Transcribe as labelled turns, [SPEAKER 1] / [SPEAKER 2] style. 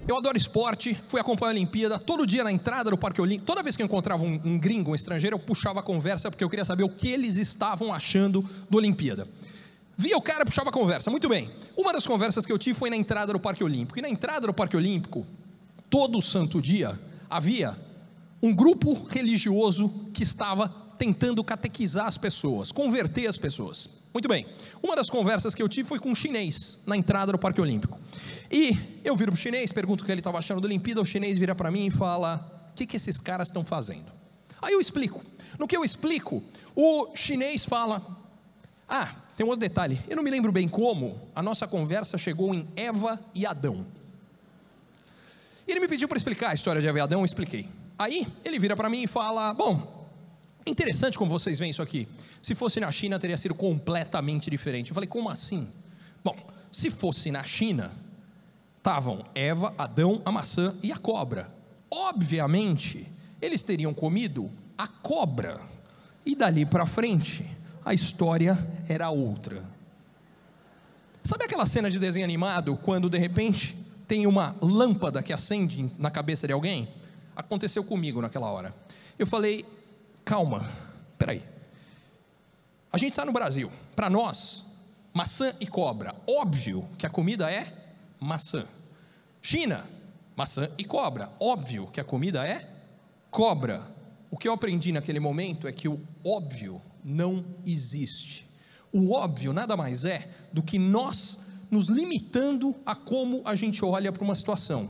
[SPEAKER 1] Eu adoro esporte, fui acompanhar a Olimpíada, todo dia na entrada do Parque Olímpico, toda vez que eu encontrava um gringo, um estrangeiro, eu puxava a conversa, porque eu queria saber o que eles estavam achando da Olimpíada. Via o cara, puxava a conversa, muito bem. Uma das conversas que eu tive foi na entrada do Parque Olímpico, e na entrada do Parque Olímpico, todo santo dia, havia um grupo religioso que estava tentando catequizar as pessoas, converter as pessoas. Muito bem, uma das conversas que eu tive foi com um chinês, na entrada do Parque Olímpico, e eu viro para o chinês, pergunto o que ele estava achando da Olimpíada, o chinês vira para mim e fala: o que esses caras estão fazendo? Aí eu explico, no que eu explico, o chinês fala: tem um outro detalhe, eu não me lembro bem como, a nossa conversa chegou em Eva e Adão, e ele me pediu para explicar a história de Eva e Adão, eu expliquei. Aí ele vira para mim e fala: bom, interessante como vocês veem isso aqui, se fosse na China teria sido completamente diferente. Eu falei: como assim? Bom, se fosse na China, estavam Eva, Adão, a maçã e a cobra, obviamente eles teriam comido a cobra, e dali para frente a história era outra. Sabe aquela cena de desenho animado, quando de repente tem uma lâmpada que acende na cabeça de alguém? Aconteceu comigo naquela hora. Eu falei: calma, peraí, a gente está no Brasil, para nós, maçã e cobra, óbvio que a comida é maçã. China, maçã e cobra, óbvio que a comida é cobra. O que eu aprendi naquele momento é que o óbvio não existe. O óbvio nada mais é do que nós nos limitando a como a gente olha para uma situação.